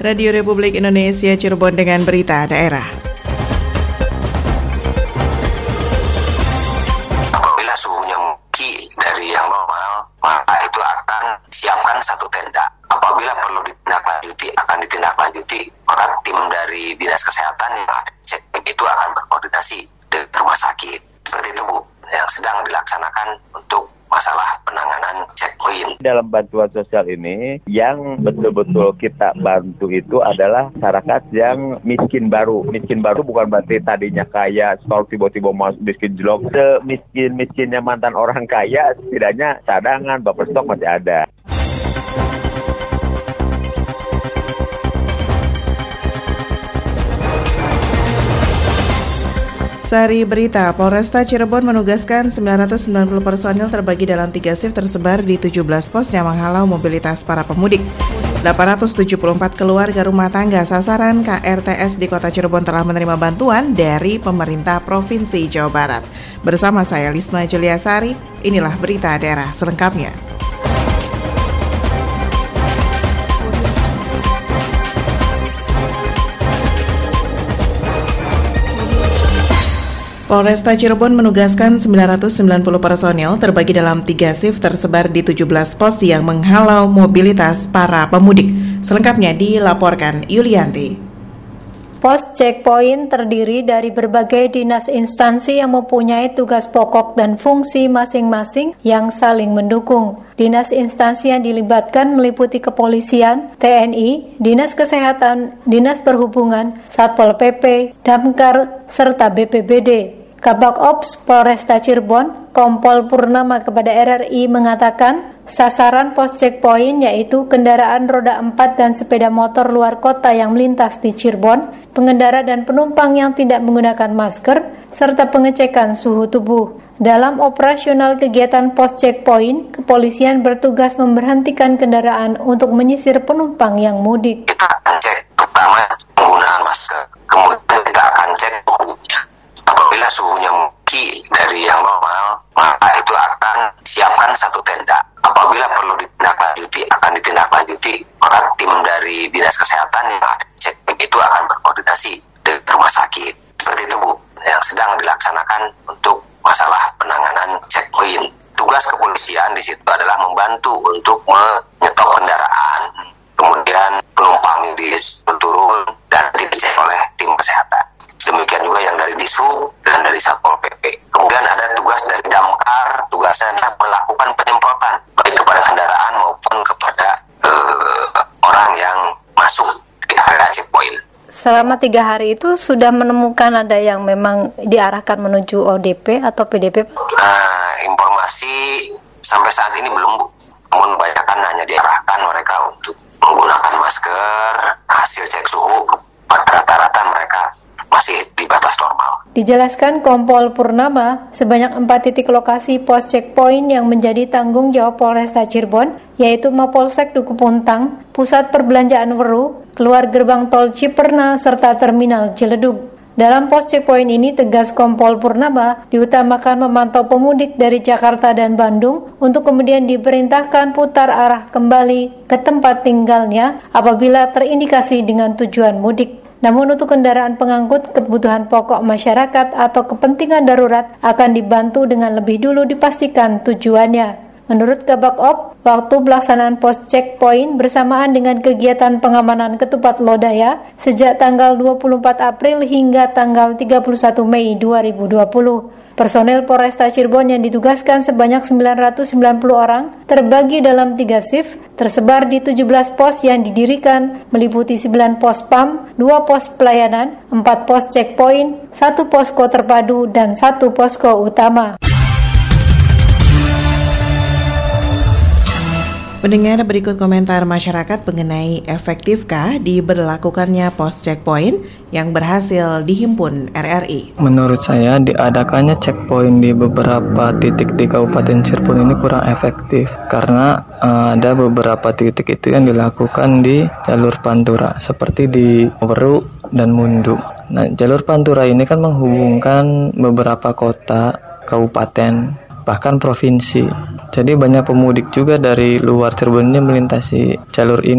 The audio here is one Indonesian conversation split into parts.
Radio Republik Indonesia Cirebon dengan berita daerah. Apabila suhunya mengki dari yang normal, maka itu akan siapkan satu tenda. Apabila perlu ditindaklanjuti, maka tim dari Dinas Kesehatan yang ada di Cekpin itu akan berkoordinasi dengan rumah sakit. Seperti itu, Bu, yang sedang dilaksanakan untuk masalah penanganan checkpoint. Dalam bantuan sosial ini, yang betul-betul kita bantu itu adalah masyarakat yang miskin baru. Miskin baru bukan berarti tadinya kaya, sekarang tiba-tiba masuk miskin jelek. Semiskin-miskinnya mantan orang kaya, setidaknya cadangan, buffer stok masih ada. Sari berita, Polresta Cirebon menugaskan 990 personil terbagi dalam 3 shift tersebar di 17 pos yang menghalau mobilitas para pemudik. 874 keluarga rumah tangga sasaran KRTS di Kota Cirebon telah menerima bantuan dari pemerintah Provinsi Jawa Barat. Bersama saya Lisma Juliasari, inilah berita daerah selengkapnya. Polresta Cirebon menugaskan 990 personil terbagi dalam 3 shift tersebar di 17 pos yang menghalau mobilitas para pemudik. Selengkapnya dilaporkan Yulianti. Pos checkpoint terdiri dari berbagai dinas instansi yang mempunyai tugas pokok dan fungsi masing-masing yang saling mendukung. Dinas instansi yang dilibatkan meliputi Kepolisian, TNI, Dinas Kesehatan, Dinas Perhubungan, Satpol PP, Damkar, serta BPBD. Kabak Ops Polresta Cirebon, Kompol Purnama kepada RRI mengatakan, sasaran pos checkpoint yaitu kendaraan roda 4 dan sepeda motor luar kota yang melintas di Cirebon, pengendara dan penumpang yang tidak menggunakan masker, serta pengecekan suhu tubuh. Dalam operasional kegiatan pos checkpoint, kepolisian bertugas memberhentikan kendaraan untuk menyisir penumpang yang mudik. Kita akan cek pertama penggunaan masker, kemudian kita akan cek suhunya. Apabila suhunya mengki dari yang normal, maka itu akan siapkan satu tenda. Apabila perlu ditindaklanjuti, maka tim dari Dinas Kesehatan yang ada di Cekpin itu akan berkoordinasi dengan rumah sakit. Seperti itu, Bu, yang sedang dilaksanakan untuk masalah penanganan checkpoint. Tugas kepolisian di situ adalah membantu untuk menyetop kendaraan, kemudian penumpang turun dan dicek oleh tim kesehatan. Demikian juga yang dari Dishub dan dari Satpol PP. Kemudian ada tugas dari Damkar, tugasnya adalah melakukan penyemprotan baik kepada kendaraan maupun kepada orang yang masuk di area checkpoint. Selama 3 hari itu sudah menemukan ada yang memang diarahkan menuju ODP atau PDP? Informasi sampai saat ini belum, Bu. Namun kebanyakan hanya diarahkan mereka untuk menggunakan masker. Hasil cek suhu pada rata-rata mereka masih di batas normal. Dijelaskan Kompol Purnama, sebanyak 4 titik lokasi pos checkpoint yang menjadi tanggung jawab Polresta Cirebon, yaitu Mapolsek Duku Puntang, Pusat Perbelanjaan Weru, keluar gerbang tol Ciperna, serta Terminal Ciledug. Dalam pos checkpoint ini, tegas Kompol Purnama, diutamakan memantau pemudik dari Jakarta dan Bandung untuk kemudian diperintahkan putar arah kembali ke tempat tinggalnya apabila terindikasi dengan tujuan mudik. Namun untuk kendaraan pengangkut kebutuhan pokok masyarakat atau kepentingan darurat akan dibantu dengan lebih dulu dipastikan tujuannya. Menurut Kabak Op, waktu pelaksanaan pos checkpoint bersamaan dengan kegiatan pengamanan Ketupat Lodaya sejak tanggal 24 April hingga tanggal 31 Mei 2020. Personel Polresta Cirebon yang ditugaskan sebanyak 990 orang terbagi dalam 3 shift, tersebar di 17 pos yang didirikan, meliputi 9 pos PAM, 2 pos pelayanan, 4 pos checkpoint, 1 posko terpadu, dan 1 posko utama. Mendengar berikut komentar masyarakat mengenai efektifkah diberlakukannya pos checkpoint yang berhasil dihimpun RRI. Menurut saya diadakannya checkpoint di beberapa titik di Kabupaten Cirebon ini kurang efektif karena ada beberapa titik itu yang dilakukan di jalur Pantura seperti di Weru dan Mundu. Nah, jalur Pantura ini kan menghubungkan beberapa kota, kabupaten, bahkan provinsi. Jadi banyak pemudik juga dari luar Cirebon ini melintasi jalur ini.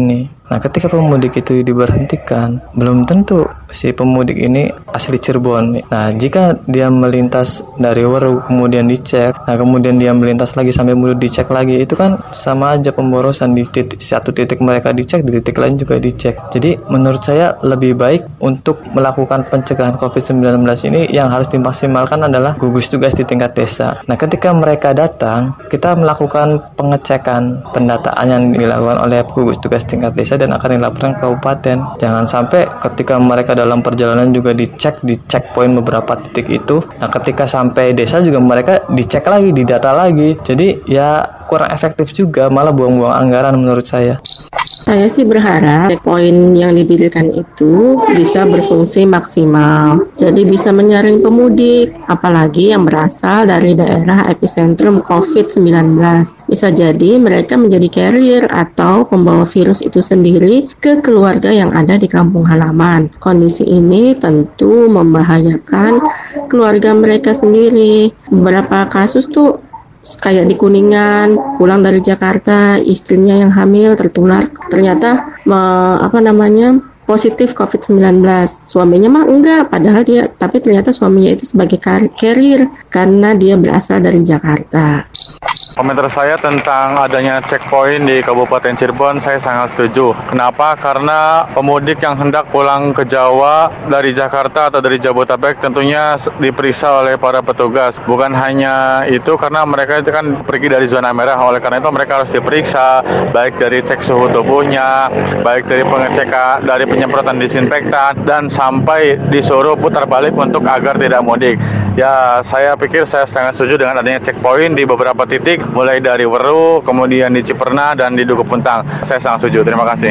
Nah, ketika pemudik itu diberhentikan, belum tentu si pemudik ini asli Cirebon. Nah, jika dia melintas dari Weru kemudian dicek, nah kemudian dia melintas lagi sampai Mulut dicek lagi, itu kan sama aja pemborosan. Di satu titik mereka dicek, di titik lain juga dicek. Jadi menurut saya lebih baik untuk melakukan pencegahan COVID-19 ini yang harus dimaksimalkan adalah gugus tugas di tingkat desa. Nah, ketika mereka datang, kita melakukan pengecekan, pendataan yang dilakukan oleh gugus tugas tingkat desa dan akan dilaporkan ke kabupaten. Jangan sampai ketika mereka dalam perjalanan juga dicek di checkpoint beberapa titik itu. Nah, ketika sampai desa juga mereka dicek lagi, didata lagi. Jadi ya kurang efektif juga, malah buang-buang anggaran menurut saya. Saya sih berharap checkpoint yang didirikan itu bisa berfungsi maksimal. Jadi bisa menyaring pemudik, apalagi yang berasal dari daerah epicentrum COVID-19. Bisa jadi mereka menjadi carrier atau pembawa virus itu sendiri ke keluarga yang ada di kampung halaman. Kondisi ini tentu membahayakan keluarga mereka sendiri. Beberapa kasus tuh kayak di Kuningan, pulang dari Jakarta, istrinya yang hamil tertular, ternyata positif COVID-19. Suaminya mah enggak, padahal tapi ternyata suaminya itu sebagai carrier karena dia berasal dari Jakarta. Komentar saya tentang adanya checkpoint di Kabupaten Cirebon, saya sangat setuju. Kenapa? Karena pemudik yang hendak pulang ke Jawa dari Jakarta atau dari Jabodetabek tentunya diperiksa oleh para petugas. Bukan hanya itu, karena mereka itu kan pergi dari zona merah, oleh karena itu mereka harus diperiksa, baik dari cek suhu tubuhnya, baik dari pengecekan, dari penyemprotan disinfektan, dan sampai disuruh putar balik untuk agar tidak mudik. Ya, saya pikir saya sangat setuju dengan adanya checkpoint di beberapa titik, mulai dari Weru, kemudian di Ciperna, dan di Dukuh Puntang. Saya sangat setuju. Terima kasih.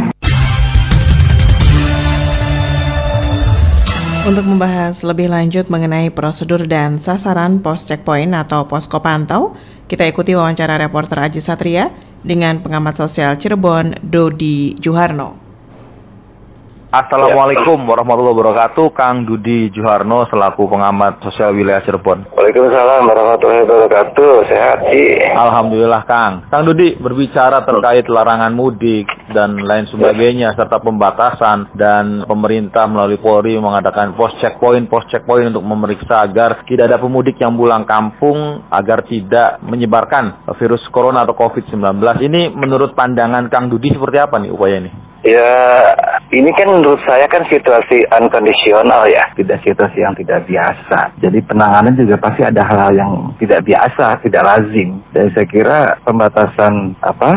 Untuk membahas lebih lanjut mengenai prosedur dan sasaran pos checkpoint atau posko pantau, kita ikuti wawancara reporter Aji Satria dengan pengamat sosial Cirebon, Dodi Juharno. Assalamualaikum warahmatullahi wabarakatuh, Kang Dudi Juharno selaku pengamat sosial wilayah Cirebon. Waalaikumsalam warahmatullahi wabarakatuh. Sehat sih. Alhamdulillah, Kang. Kang Dudi, berbicara terkait larangan mudik dan lain sebagainya serta pembatasan, dan pemerintah melalui Polri mengadakan pos checkpoint untuk memeriksa agar tidak ada pemudik yang pulang kampung agar tidak menyebarkan virus corona atau COVID-19. Ini menurut pandangan Kang Dudi seperti apa nih upaya ini? Ya, ini kan menurut saya kan situasi unconditional ya, tidak situasi yang tidak biasa. Jadi penanganan juga pasti ada hal-hal yang tidak biasa, tidak lazim. Dan saya kira pembatasan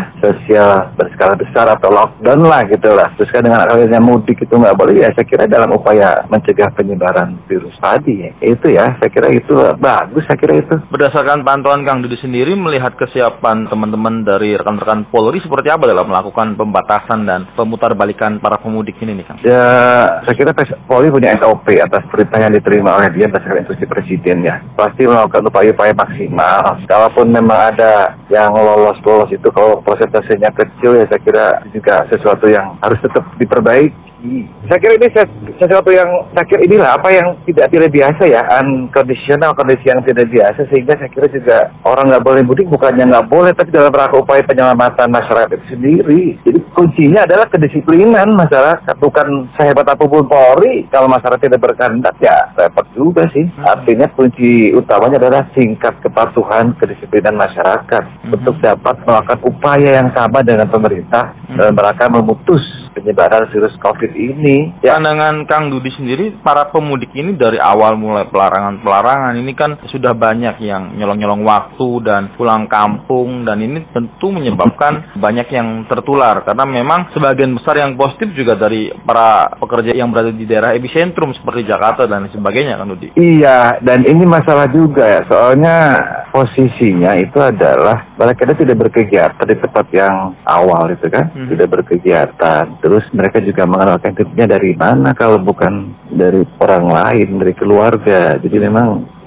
sosial berskala besar atau lockdown lah gitu lah. Terus kan dengan adanya mudik itu nggak boleh ya. Saya kira dalam upaya mencegah penyebaran virus tadi ya. Itu ya, saya kira itu bagus. Saya kira itu. Berdasarkan pantauan Kang Dudi sendiri, melihat kesiapan teman-teman dari rekan-rekan Polri seperti apa dalam melakukan pembatasan dan pemutarbalikan para pemudik ini nih, Kang? Ya, saya kira Polri punya SOP atas perintah yang diterima oleh dia berdasarkan instruksi Presiden ya. Pasti melakukan upaya-upaya maksimal. Kalaupun memang ada yang lolos itu, kalau prosentasenya kecil ya saya kira juga sesuatu yang harus tetap diperbaiki. Saya kira ini sesuatu yang inilah apa yang tidak biasa ya, unconditional, kondisi yang tidak biasa, sehingga saya kira juga orang nggak boleh mudik bukannya nggak boleh, tapi dalam rangka upaya penyelamatan masyarakat itu sendiri. Jadi kuncinya adalah kedisiplinan masyarakat, bukan sehebat apapun Polri kalau masyarakat tidak berkehendak ya repot juga sih. Artinya kunci utamanya adalah tingkat kepatuhan kedisiplinan masyarakat untuk dapat melakukan upaya yang sama dengan pemerintah dalam rangka memutus penyebaran virus COVID ini. Ya. Pandangan Kang Dudi sendiri, para pemudik ini dari awal mulai pelarangan ini kan sudah banyak yang nyolong-nyolong waktu dan pulang kampung, dan ini tentu menyebabkan banyak yang tertular karena memang sebagian besar yang positif juga dari para pekerja yang berada di daerah epicentrum seperti Jakarta dan sebagainya, Kang Dudi. Iya, dan ini masalah juga ya, soalnya posisinya itu adalah mereka tidak berkegiatan di tempat yang awal itu kan, tidak berkegiatan. Terus mereka juga mengenalkan hidupnya dari mana kalau bukan dari orang lain, dari keluarga. Jadi memang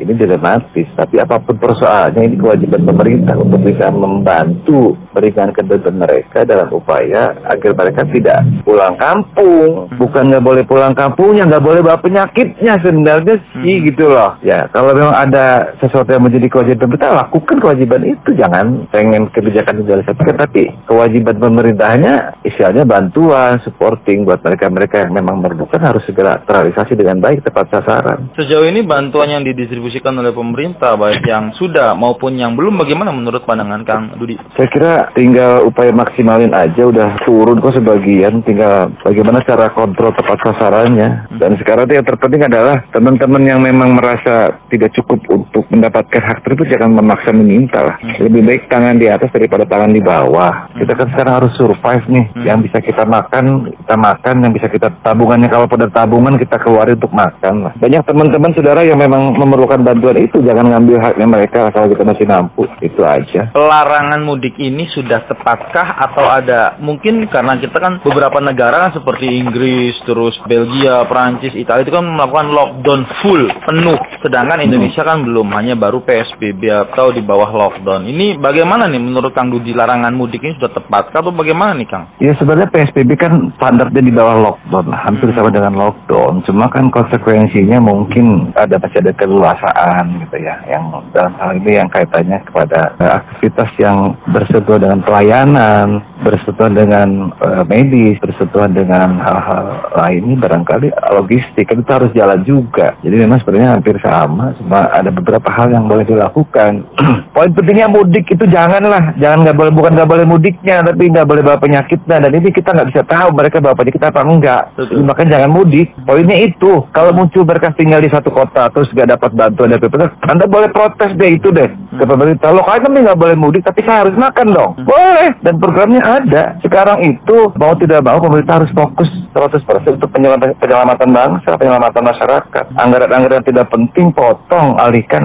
ini dilematis. Tapi apapun persoalannya, ini kewajiban pemerintah untuk bisa membantu meringankan beban mereka dalam upaya agar mereka tidak pulang kampung. Bukan nggak boleh pulang kampungnya, nggak boleh bawa penyakitnya sebenarnya sih gitu loh. Ya kalau memang ada sesuatu yang menjadi kewajiban pemerintah, lakukan kewajiban itu. Jangan pengen kebijakan direalisasikan, tapi kewajiban pemerintahnya istilahnya bantuan, supporting buat mereka-mereka yang memang memerlukan harus segera terrealisasi dengan baik, tepat sasaran. Sejauh ini bantuan yang didistribusikan oleh pemerintah, baik yang sudah maupun yang belum, bagaimana menurut pandangan Kang Dudi? Saya kira tinggal upaya maksimalin aja, udah turun kok sebagian, tinggal bagaimana cara kontrol tepat sasarannya. Dan sekarang yang terpenting adalah teman-teman yang memang merasa tidak cukup untuk mendapatkan hak tersebut jangan memaksa meminta lah. Lebih baik tangan di atas daripada tangan di bawah. Kita kan sekarang harus survive nih. Yang bisa kita makan, yang bisa kita tabungannya, kalau pada tabungan kita keluarin untuk makan lah. Banyak teman-teman saudara yang memang memerlukan bantuan itu, jangan ngambil haknya mereka kalau kita masih mampu. Itu aja. Larangan mudik ini sudah tepatkah atau ada mungkin karena kita kan beberapa negara seperti Inggris, terus Belgia, Prancis, Italia itu kan melakukan lockdown full, penuh. Sedangkan Indonesia kan belum, hanya baru PSBB atau di bawah lockdown. Ini bagaimana nih menurut Kang Dudi, larangan mudik ini sudah tepatkah atau bagaimana nih Kang? Ya sebenarnya PSBB kan standarnya di bawah lockdown, hampir sama dengan lockdown. Cuma kan konsekuensinya mungkin masih ada keluasaan gitu ya, yang dalam hal ini yang kaitannya kepada aktivitas yang bersentuhan dengan pelayanan, bersentuhan dengan medis, bersentuhan dengan hal-hal lainnya, barangkali logistik kan itu harus jalan juga. Jadi memang sebenarnya hampir sama, cuma ada beberapa hal yang boleh dilakukan. Poin pentingnya mudik itu jangan bukan nggak boleh mudiknya, tapi nggak boleh bawa penyakitnya. Dan ini kita nggak bisa tahu mereka bawa penyakit apa enggak. Jadi, makanya jangan mudik. Poinnya itu, kalau muncul mereka tinggal di satu kota terus nggak dapat bantuan dari pemerintah, Anda boleh protes deh itu deh ke pemerintah. Loh kalian nggak boleh mudik, tapi saya harus makan dong. Boleh, dan programnya ada. Sekarang itu mau tidak mau pemerintah harus fokus 100% untuk penyelamatan bangsa, penyelamatan masyarakat. Anggaran-anggaran tidak penting potong, alihkan.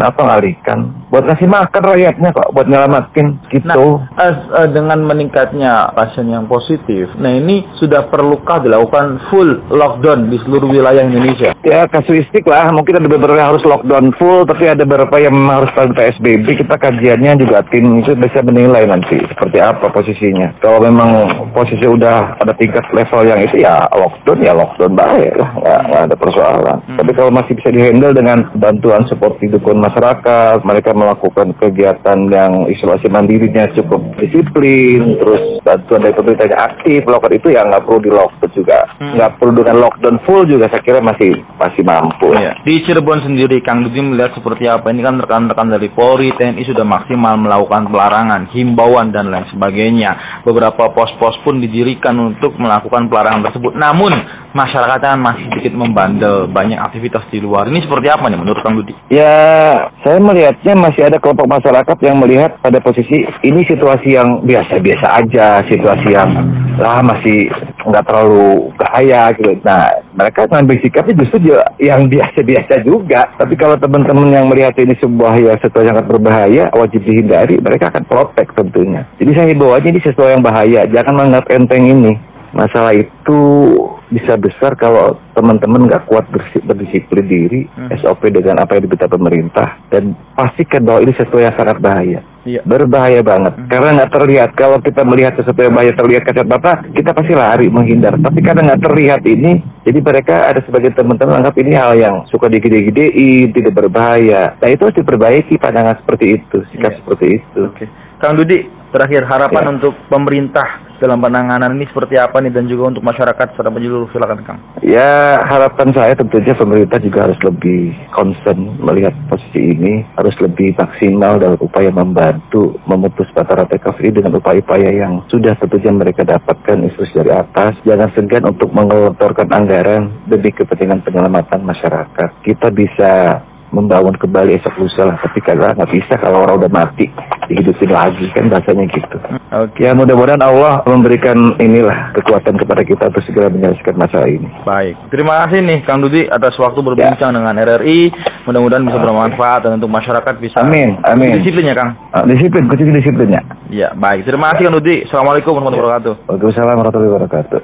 Buat ngasih makan rakyatnya kok, buat nyelamatin gitu. Nah, dengan meningkatnya pasien yang positif, nah ini sudah perlukah dilakukan full lockdown di seluruh wilayah Indonesia? Ya kasuistik lah, mungkin ada beberapa yang harus lockdown full, tapi ada beberapa yang memang harus PSBB. Kita kajiannya juga tim itu bisa menilai nanti seperti apa posisinya. Kalau memang posisi udah pada tingkat level yang itu ya lockdown baik lah, nggak ada persoalan. Tapi kalau masih bisa dihandle dengan bantuan support dukungan masyarakat, mereka melakukan kegiatan yang isolasi mandirinya cukup disiplin, terus bantuan dari pemerintahnya aktif, melakukan itu ya nggak perlu di lockdown juga, nggak perlu dengan lockdown full juga, saya kira masih mampu. Ya. Di Cirebon sendiri, Kang Dudi melihat seperti apa? Ini kan rekan-rekan dari Polri, TNI sudah maksimal melakukan pelarangan, himbauan dan lain sebagainya. Beberapa pos-pos pun didirikan untuk melakukan pelarangan tersebut. Namun masyarakatnya masih sedikit membandel, banyak aktivitas di luar. Ini seperti apa nih menurut Kang Dudi? Ya, saya melihatnya masih ada kelompok masyarakat yang melihat pada posisi ini situasi yang biasa-biasa aja, situasi yang masih nggak terlalu bahaya gitu. Nah, mereka ngambil sikapnya justru yang biasa-biasa juga. Tapi kalau teman-teman yang melihat ini sebuah sesuatu yang sangat berbahaya, wajib dihindari, mereka akan protek tentunya. Jadi saya himbau aja ini sesuatu yang bahaya, jangan menganggap enteng ini. Masalah itu bisa besar kalau teman-teman nggak kuat berdisiplin diri, SOP dengan apa yang diminta pemerintah, dan pastikan bahwa ini sesuatu yang sangat bahaya. Iya. Berbahaya banget, karena nggak terlihat. Kalau kita melihat sesuatu yang bahaya terlihat kasat mata, kita pasti lari menghindar. Tapi karena nggak terlihat ini, jadi mereka ada sebagian teman-teman anggap ini hal yang suka digede-gedein, tidak berbahaya. Nah itu harus diperbaiki pandangan seperti itu, sikap seperti itu. Oke. Kang Dudi, terakhir harapan untuk pemerintah dalam penanganan ini seperti apa nih, dan juga untuk masyarakat secara menyeluruh, silakan Kang. Ya, harapan saya tentunya pemerintah juga harus lebih concern melihat posisi ini, harus lebih maksimal dalam upaya membantu memutus mata rantai COVID dengan upaya-upaya yang sudah tentunya mereka dapatkan instruksi dari atas. Jangan segan untuk mengelontorkan anggaran demi kepentingan penyelamatan masyarakat. Kita bisa membangun kembali esok lusa lah, tapi kalau nggak bisa kalau orang udah mati dihidupin lagi, kan bahasanya gitu. Ya mudah-mudahan Allah memberikan kekuatan kepada kita untuk segera menyelesaikan masalah ini. Baik, terima kasih nih Kang Dudi atas waktu berbincang dengan RRI. Mudah-mudahan bisa bermanfaat dan untuk masyarakat bisa. Amin. Disiplinnya Kang. Disiplinnya. Ya baik, terima kasih Kang Dudi. Assalamualaikum warahmatullahi wabarakatuh. Waalaikumsalam warahmatullahi wabarakatuh.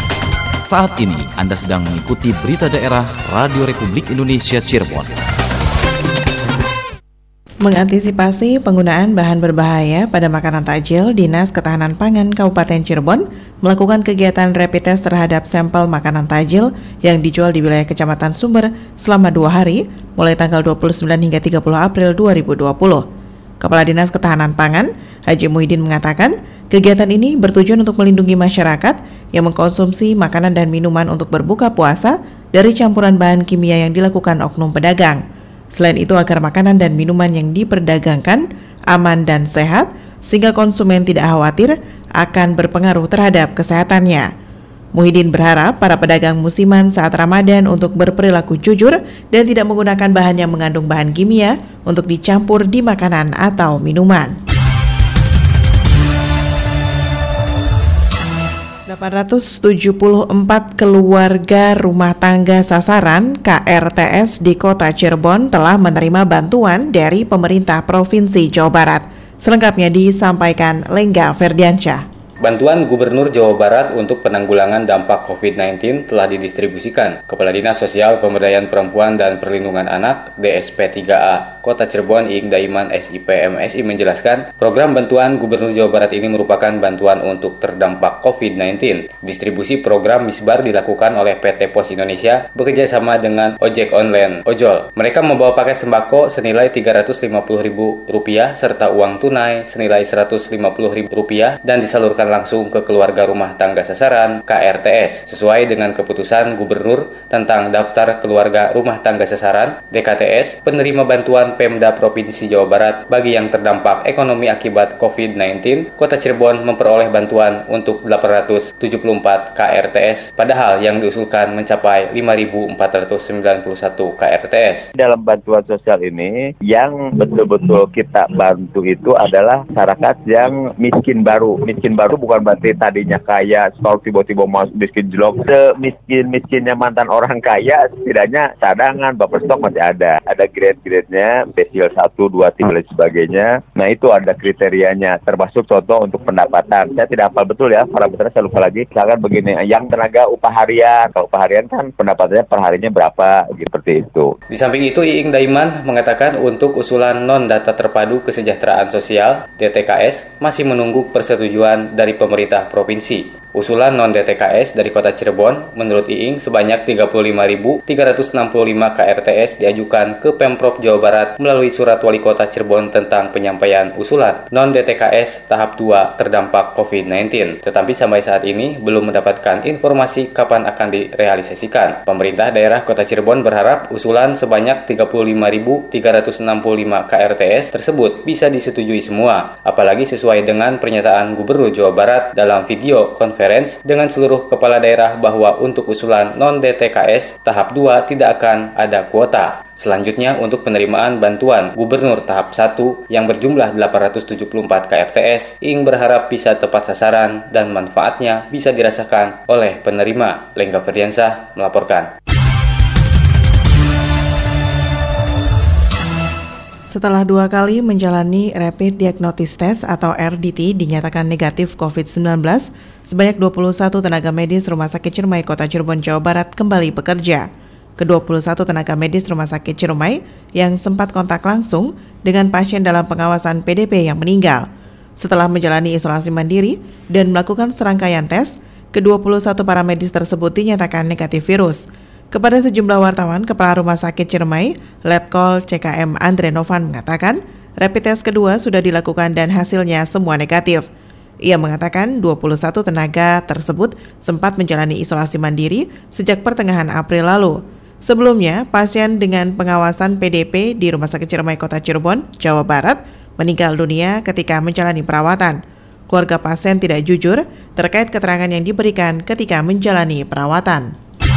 Saat ini Anda sedang mengikuti berita daerah Radio Republik Indonesia Cirebon. Mengantisipasi penggunaan bahan berbahaya pada makanan takjil, Dinas Ketahanan Pangan Kabupaten Cirebon melakukan kegiatan rapid test terhadap sampel makanan takjil yang dijual di wilayah Kecamatan Sumber selama 2 hari, mulai tanggal 29 hingga 30 April 2020. Kepala Dinas Ketahanan Pangan, Haji Muhyiddin mengatakan, kegiatan ini bertujuan untuk melindungi masyarakat yang mengkonsumsi makanan dan minuman untuk berbuka puasa dari campuran bahan kimia yang dilakukan oknum pedagang. Selain itu, agar makanan dan minuman yang diperdagangkan aman dan sehat, sehingga konsumen tidak khawatir akan berpengaruh terhadap kesehatannya. Muhyiddin berharap para pedagang musiman saat Ramadan untuk berperilaku jujur dan tidak menggunakan bahan yang mengandung bahan kimia untuk dicampur di makanan atau minuman. 874 keluarga rumah tangga sasaran KRTS di Kota Cirebon telah menerima bantuan dari pemerintah Provinsi Jawa Barat. Selengkapnya disampaikan Lengga Ferdiansyah. Bantuan Gubernur Jawa Barat untuk penanggulangan dampak COVID-19 telah didistribusikan. Kepala Dinas Sosial Pemberdayaan Perempuan dan Perlindungan Anak DSP 3A Kota Cirebon Iing Daiman SIP MSI menjelaskan, program bantuan Gubernur Jawa Barat ini merupakan bantuan untuk terdampak COVID-19. Distribusi program Misbar dilakukan oleh PT Pos Indonesia bekerjasama dengan ojek online Ojol. Mereka membawa paket sembako senilai Rp350.000 serta uang tunai senilai Rp150.000 dan disalurkan langsung ke keluarga rumah tangga sasaran KRTS sesuai dengan keputusan Gubernur tentang daftar keluarga rumah tangga sasaran DKTS penerima bantuan Pemda Provinsi Jawa Barat bagi yang terdampak ekonomi akibat COVID-19. Kota Cirebon memperoleh bantuan untuk 874 KRTS padahal yang diusulkan mencapai 5.491 KRTS. Dalam bantuan sosial ini yang betul-betul kita bantu itu adalah masyarakat yang miskin baru. Miskin baru bukan berarti tadinya kaya, setelah tiba-tiba masuk miskin jelek. Semiskin-miskinnya mantan orang kaya, setidaknya cadangan, buffer stok masih ada. Ada grade-grade-nya, desil 1, 2, 3, dan sebagainya. Nah itu ada kriterianya, termasuk contoh untuk pendapatan. Saya tidak hafal betul ya, parameternya saya lupa lagi. Misalkan begini, yang tenaga upah harian. Kalau upah harian kan pendapatannya per harinya berapa, seperti itu. Di samping itu, Iing Daiman mengatakan untuk usulan non-data terpadu kesejahteraan sosial, DTKS, masih menunggu persetujuan dari pemerintah provinsi. Usulan non-DTKS dari Kota Cirebon, menurut Iing, sebanyak 35.365 KRTS diajukan ke Pemprov Jawa Barat melalui surat Wali Kota Cirebon tentang penyampaian usulan non-DTKS tahap 2 terdampak COVID-19. Tetapi sampai saat ini belum mendapatkan informasi kapan akan direalisasikan. Pemerintah daerah Kota Cirebon berharap usulan sebanyak 35.365 KRTS tersebut bisa disetujui semua, apalagi sesuai dengan pernyataan Gubernur Jawa Barat dalam video konferensi dengan seluruh kepala daerah bahwa untuk usulan non-DTKS tahap 2 tidak akan ada kuota. Selanjutnya untuk penerimaan bantuan Gubernur tahap 1 yang berjumlah 874 KRTS, Iing berharap bisa tepat sasaran dan manfaatnya bisa dirasakan oleh penerima. Lengga Ferdiansyah melaporkan. Setelah 2 kali menjalani Rapid Diagnostic Test atau RDT dinyatakan negatif COVID-19, sebanyak 21 tenaga medis Rumah Sakit Ciremai Kota Cirebon, Jawa Barat kembali bekerja. Ke-21 tenaga medis Rumah Sakit Ciremai yang sempat kontak langsung dengan pasien dalam pengawasan PDP yang meninggal. Setelah menjalani isolasi mandiri dan melakukan serangkaian tes, ke-21 para medis tersebut dinyatakan negatif virus. Kepada sejumlah wartawan, Kepala Rumah Sakit Ciremai, Letkol CKM Andre Novan mengatakan, rapid test kedua sudah dilakukan dan hasilnya semua negatif. Ia mengatakan 21 tenaga tersebut sempat menjalani isolasi mandiri sejak pertengahan April lalu. Sebelumnya, pasien dengan pengawasan PDP di Rumah Sakit Ciremai Kota Cirebon, Jawa Barat, meninggal dunia ketika menjalani perawatan. Keluarga pasien tidak jujur terkait keterangan yang diberikan ketika menjalani perawatan.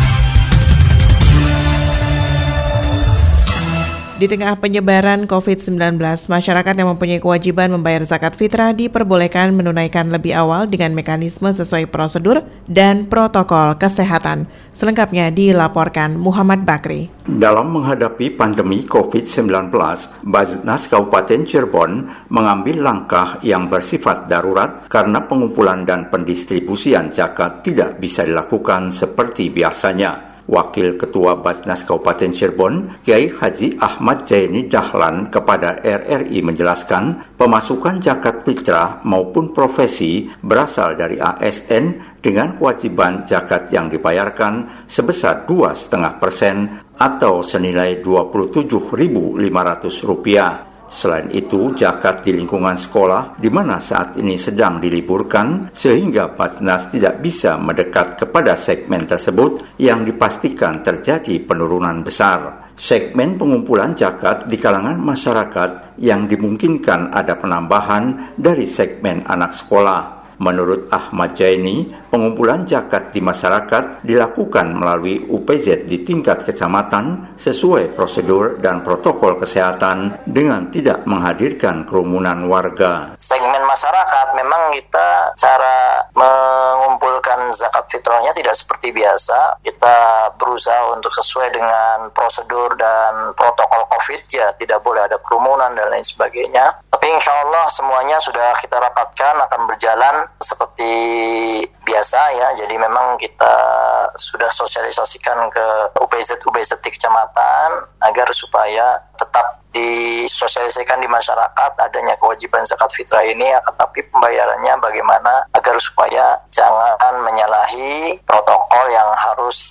Di tengah penyebaran COVID-19, masyarakat yang mempunyai kewajiban membayar zakat fitrah diperbolehkan menunaikan lebih awal dengan mekanisme sesuai prosedur dan protokol kesehatan. Selengkapnya dilaporkan Muhammad Bakri. Dalam menghadapi pandemi COVID-19, Basnas Kabupaten Cirebon mengambil langkah yang bersifat darurat karena pengumpulan dan pendistribusian zakat tidak bisa dilakukan seperti biasanya. Wakil Ketua Basnas Kabupaten Cirebon, Kiai Haji Ahmad Jaini Dahlan kepada RRI menjelaskan, pemasukan zakat fitrah maupun profesi berasal dari ASN dengan kewajiban zakat yang dibayarkan sebesar 2,5% atau senilai Rp27.500. Selain itu, zakat di lingkungan sekolah di mana saat ini sedang diliburkan sehingga Basnas tidak bisa mendekat kepada segmen tersebut yang dipastikan terjadi penurunan besar. Segmen pengumpulan zakat di kalangan masyarakat yang dimungkinkan ada penambahan dari segmen anak sekolah. Menurut Ahmad Jaini, pengumpulan zakat di masyarakat dilakukan melalui UPZ di tingkat kecamatan sesuai prosedur dan protokol kesehatan dengan tidak menghadirkan kerumunan warga. Segmen masyarakat memang kita cara mengumpulkan zakat fitrahnya tidak seperti biasa. Kita berusaha untuk sesuai dengan prosedur dan protokol COVID, ya tidak boleh ada kerumunan dan lain sebagainya. Tapi insya Allah semuanya sudah kita rapatkan akan berjalan seperti biasa ya. Jadi memang kita sudah sosialisasikan ke UPZ di kecamatan agar supaya tetap disosialisasikan di masyarakat adanya kewajiban zakat fitrah ini, tetapi pembayarannya bagaimana agar supaya jangan menyalahi protokol yang harus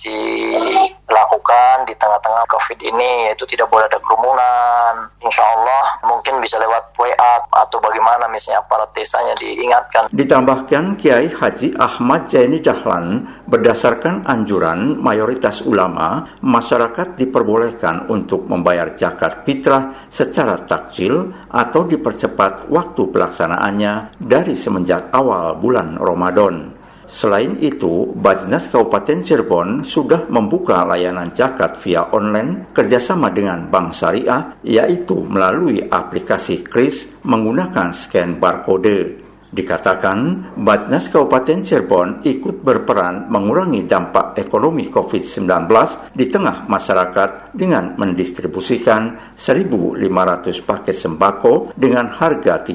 dilakukan di tengah-tengah COVID ini, yaitu tidak boleh ada kerumunan. Insya Allah mungkin bisa lewat WA atau bagaimana misalnya aparat desanya diingatkan. Ditambahkan Kiai Haji Ahmad Jaini Dahlan, berdasarkan anjuran mayoritas ulama, masyarakat diperbolehkan untuk membayar zakat fitrah secara takjil atau dipercepat waktu pelaksanaannya dari semenjak awal bulan Ramadan. Selain itu, Basnas Kabupaten Cirebon sudah membuka layanan zakat via online kerjasama dengan Bank Syariah, yaitu melalui aplikasi KRIS menggunakan scan barcode. Dikatakan, Basnas Kabupaten Cirebon ikut berperan mengurangi dampak ekonomi COVID-19 di tengah masyarakat dengan mendistribusikan 1.500 paket sembako dengan harga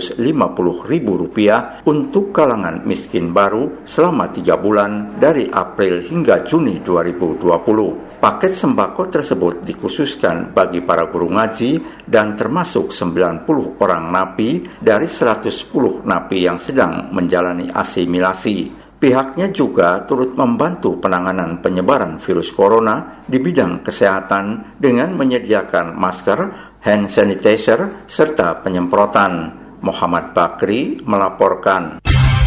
Rp350.000 untuk kalangan miskin baru selama 3 bulan dari April hingga Juni 2020. Paket sembako tersebut dikhususkan bagi para guru ngaji dan termasuk 90 orang napi dari 110 napi yang sedang menjalani asimilasi. Pihaknya juga turut membantu penanganan penyebaran virus corona di bidang kesehatan dengan menyediakan masker, hand sanitizer, serta penyemprotan. Muhammad Bakri melaporkan.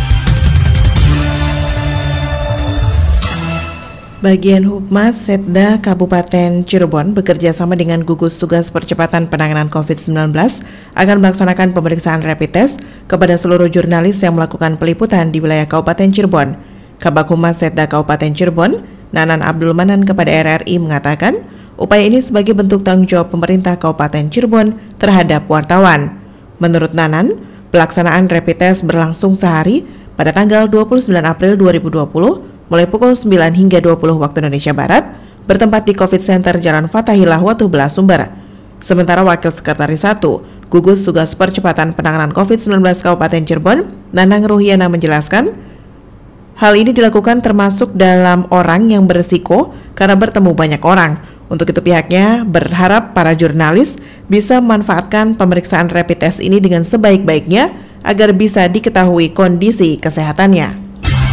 Bagian Humas Setda Kabupaten Cirebon bekerja sama dengan gugus tugas percepatan penanganan COVID-19 akan melaksanakan pemeriksaan rapid test kepada seluruh jurnalis yang melakukan peliputan di wilayah Kabupaten Cirebon. Kabag Humas Setda Kabupaten Cirebon, Nanan Abdul Manan kepada RRI mengatakan, upaya ini sebagai bentuk tanggung jawab pemerintah Kabupaten Cirebon terhadap wartawan. Menurut Nanan, pelaksanaan rapid test berlangsung sehari pada tanggal 29 April 2020 mulai pukul 9 hingga 20 waktu Indonesia Barat, bertempat di COVID Center Jalan Fatahillah, Watu Belah, Sumber. Sementara Wakil Sekretaris 1, Gugus Tugas Percepatan Penanganan COVID-19 Kabupaten Cirebon, Nanang Ruhiana menjelaskan, hal ini dilakukan termasuk dalam orang yang beresiko karena bertemu banyak orang. Untuk itu pihaknya berharap para jurnalis bisa memanfaatkan pemeriksaan rapid test ini dengan sebaik-baiknya agar bisa diketahui kondisi kesehatannya.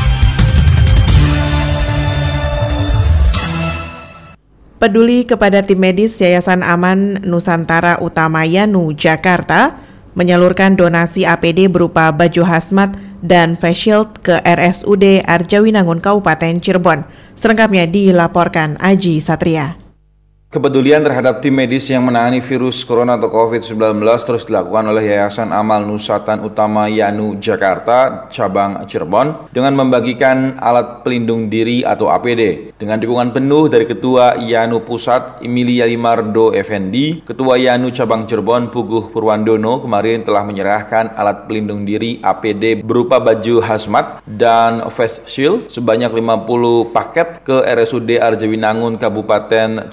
Peduli kepada tim medis Yayasan Aman Nusantara Utama Yanu Jakarta menyalurkan donasi APD berupa baju hazmat dan face shield ke RSUD Arjawinangun Kabupaten Cirebon. Selengkapnya dilaporkan Aji Satria. Kepedulian terhadap tim medis yang menangani virus corona atau COVID-19 terus dilakukan oleh Yayasan Amal Nusatan Utama Yanu Jakarta, cabang Cirebon, dengan membagikan alat pelindung diri atau APD. Dengan dukungan penuh dari Ketua Yanu Pusat, Emilia Limardo Effendi, Ketua Yanu Cabang Cirebon, Puguh Purwandono, kemarin telah menyerahkan alat pelindung diri APD berupa baju hazmat dan face shield sebanyak 50 paket ke RSUD Arjawinangun Kabupaten Cirebon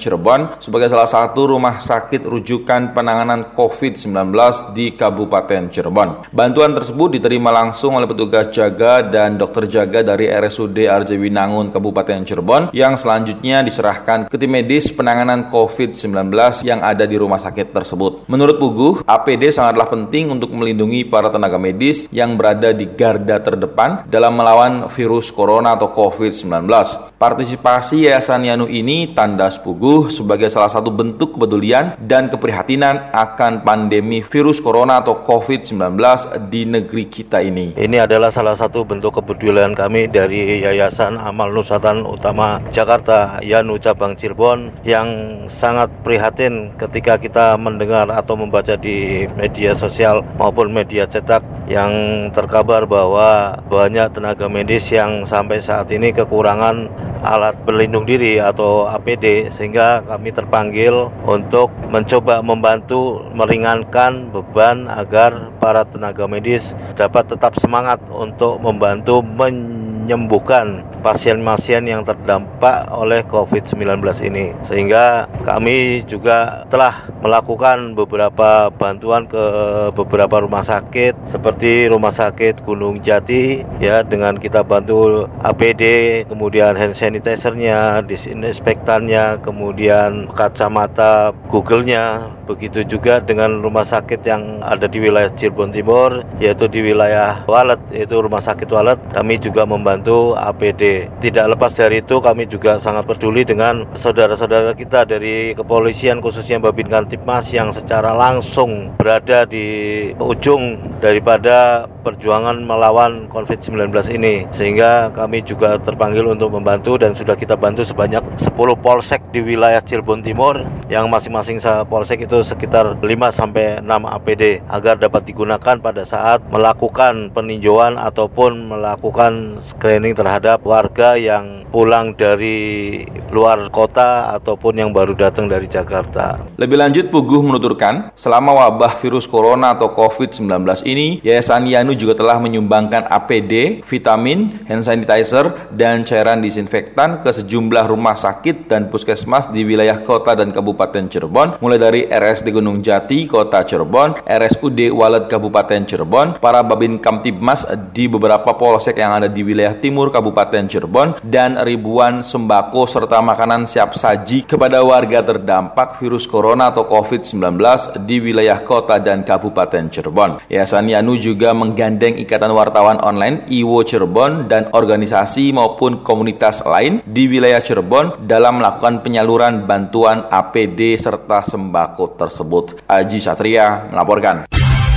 Cirebon sebagai salah satu rumah sakit rujukan penanganan COVID-19 di Kabupaten Cirebon. Bantuan tersebut diterima langsung oleh petugas jaga dan dokter jaga dari RSUD Arjawinangun Kabupaten Cirebon yang selanjutnya diserahkan ke tim medis penanganan COVID-19 yang ada di rumah sakit tersebut. Menurut Puguh, APD sangatlah penting untuk melindungi para tenaga medis yang berada di garda terdepan dalam melawan virus corona atau COVID-19. Partisipasi Yayasan Yanu ini, tandas Puguh, sebagai salah satu bentuk kepedulian dan keprihatinan akan pandemi virus corona atau COVID-19 di negeri kita ini. Ini adalah salah satu bentuk kepedulian kami dari Yayasan Amal Nusatan Utama Jakarta Yanu Cabang Cirebon yang sangat prihatin ketika kita mendengar atau membaca di media sosial maupun media cetak yang terkabar bahwa banyak tenaga medis yang sampai saat ini kekurangan alat pelindung diri atau APD, sehingga kami terpanggil untuk mencoba membantu meringankan beban agar para tenaga medis dapat tetap semangat untuk membantu menyembuhkan pasien-pasien yang terdampak oleh COVID-19 ini. Sehingga kami juga telah melakukan beberapa bantuan ke beberapa rumah sakit seperti Rumah Sakit Gunung Jati ya, dengan kita bantu APD, kemudian hand sanitizer-nya, disinfektannya, kemudian kacamata Google-nya. Begitu juga dengan rumah sakit yang ada di wilayah Cirebon Timur, yaitu di wilayah Walet, yaitu Rumah Sakit Walet, kami juga membantu APD. Tidak lepas dari itu, kami juga sangat peduli dengan saudara-saudara kita dari kepolisian, khususnya Babin Kantipmas yang secara langsung berada di ujung daripada perjuangan melawan COVID-19 ini. Sehingga kami juga terpanggil untuk membantu dan sudah kita bantu sebanyak 10 polsek di wilayah Cirebon Timur yang masing-masing polsek itu sekitar 5-6 APD agar dapat digunakan pada saat melakukan peninjauan ataupun melakukan screening terhadap warga yang pulang dari luar kota ataupun yang baru datang dari Jakarta. Lebih lanjut, Puguh menuturkan, selama wabah virus corona atau COVID-19 ini, Yayasan Yanu juga telah menyumbangkan APD, vitamin, hand sanitizer, dan cairan disinfektan ke sejumlah rumah sakit dan puskesmas di wilayah kota dan Kabupaten Cirebon, mulai dari RSD Gunung Jati, Kota Cirebon, RSUD Walet Kabupaten Cirebon, para Babin Kamtibmas di beberapa polsek yang ada di wilayah timur Kabupaten Cirebon, dan ribuan sembako serta makanan siap saji kepada warga terdampak virus corona atau COVID-19 di wilayah kota dan Kabupaten Cirebon. Yayasan Yanu juga menggandeng Ikatan Wartawan Online IWO Cirebon dan organisasi maupun komunitas lain di wilayah Cirebon dalam melakukan penyaluran bantuan APD serta sembako tersebut. Aji Satria melaporkan.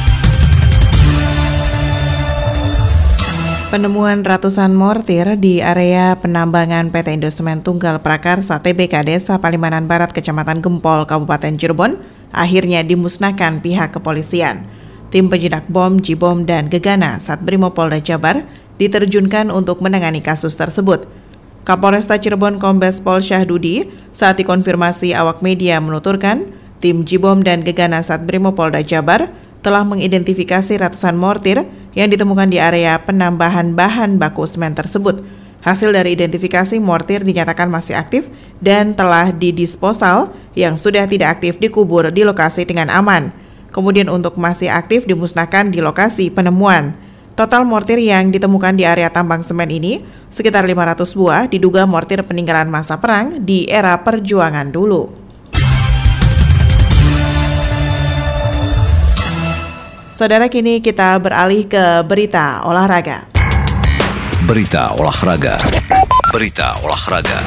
Penemuan ratusan mortir di area penambangan PT Indosemen Tunggal Prakarsa TBK Desa Palimanan Barat, Kecamatan Gempol, Kabupaten Cirebon, akhirnya dimusnahkan pihak kepolisian. Tim penjinak bom, Jibom, dan Gegana Satbrimopolda Jabar diterjunkan untuk menangani kasus tersebut. Kapolresta Cirebon Kombes Pol Syahdudi saat dikonfirmasi awak media menuturkan, tim Jibom dan Gegana Satbrimopolda Jabar telah mengidentifikasi ratusan mortir yang ditemukan di area penambahan bahan baku semen tersebut. Hasil dari identifikasi, mortir dinyatakan masih aktif dan telah didisposal, yang sudah tidak aktif dikubur di lokasi dengan aman. Kemudian untuk masih aktif dimusnahkan di lokasi penemuan. Total mortir yang ditemukan di area tambang semen ini sekitar 500 buah, diduga mortir peninggalan masa perang di era perjuangan dulu. Saudara, kini kita beralih ke berita olahraga. Berita olahraga. Berita olahraga.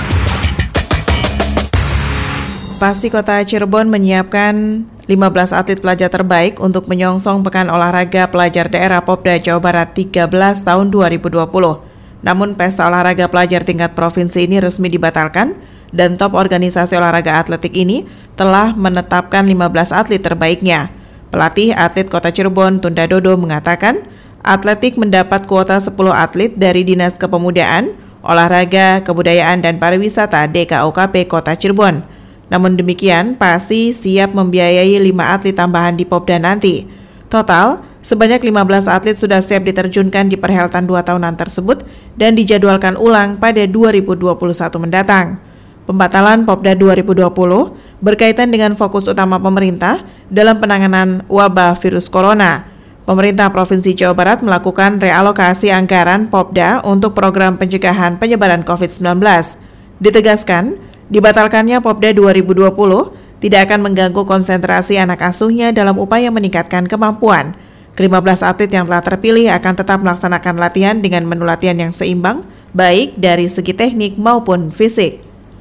PASI Kota Cirebon menyiapkan 15 atlet pelajar terbaik untuk menyongsong Pekan Olahraga Pelajar Daerah Popda Jawa Barat 13 tahun 2020. Namun pesta olahraga pelajar tingkat provinsi ini resmi dibatalkan dan top organisasi olahraga atletik ini telah menetapkan 15 atlet terbaiknya. Pelatih atlet Kota Cirebon, Tunda Dodo, mengatakan atletik mendapat kuota 10 atlet dari Dinas Kepemudaan, Olahraga, Kebudayaan, dan Pariwisata DKOKP Kota Cirebon. Namun demikian, PASI siap membiayai 5 atlet tambahan di Popda nanti. Total, sebanyak 15 atlet sudah siap diterjunkan di perhelatan 2 tahunan tersebut dan dijadwalkan ulang pada 2021 mendatang. Pembatalan Popda 2020 berkaitan dengan fokus utama pemerintah dalam penanganan wabah virus corona. Pemerintah Provinsi Jawa Barat melakukan realokasi anggaran Popda untuk program pencegahan penyebaran COVID-19. Ditegaskan, dibatalkannya Popda 2020 tidak akan mengganggu konsentrasi anak asuhnya dalam upaya meningkatkan kemampuan. Ke-15 atlet yang telah terpilih akan tetap melaksanakan latihan dengan menu latihan yang seimbang, baik dari segi teknik maupun fisik.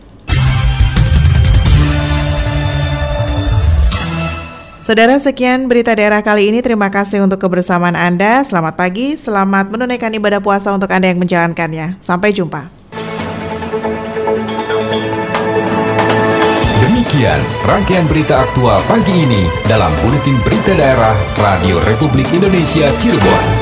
Saudara, sekian berita daerah kali ini. Terima kasih untuk kebersamaan Anda. Selamat pagi, selamat menunaikan ibadah puasa untuk Anda yang menjalankannya. Sampai jumpa. Demikian rangkaian berita aktual pagi ini dalam Buletin Berita Daerah Radio Republik Indonesia Cirebon.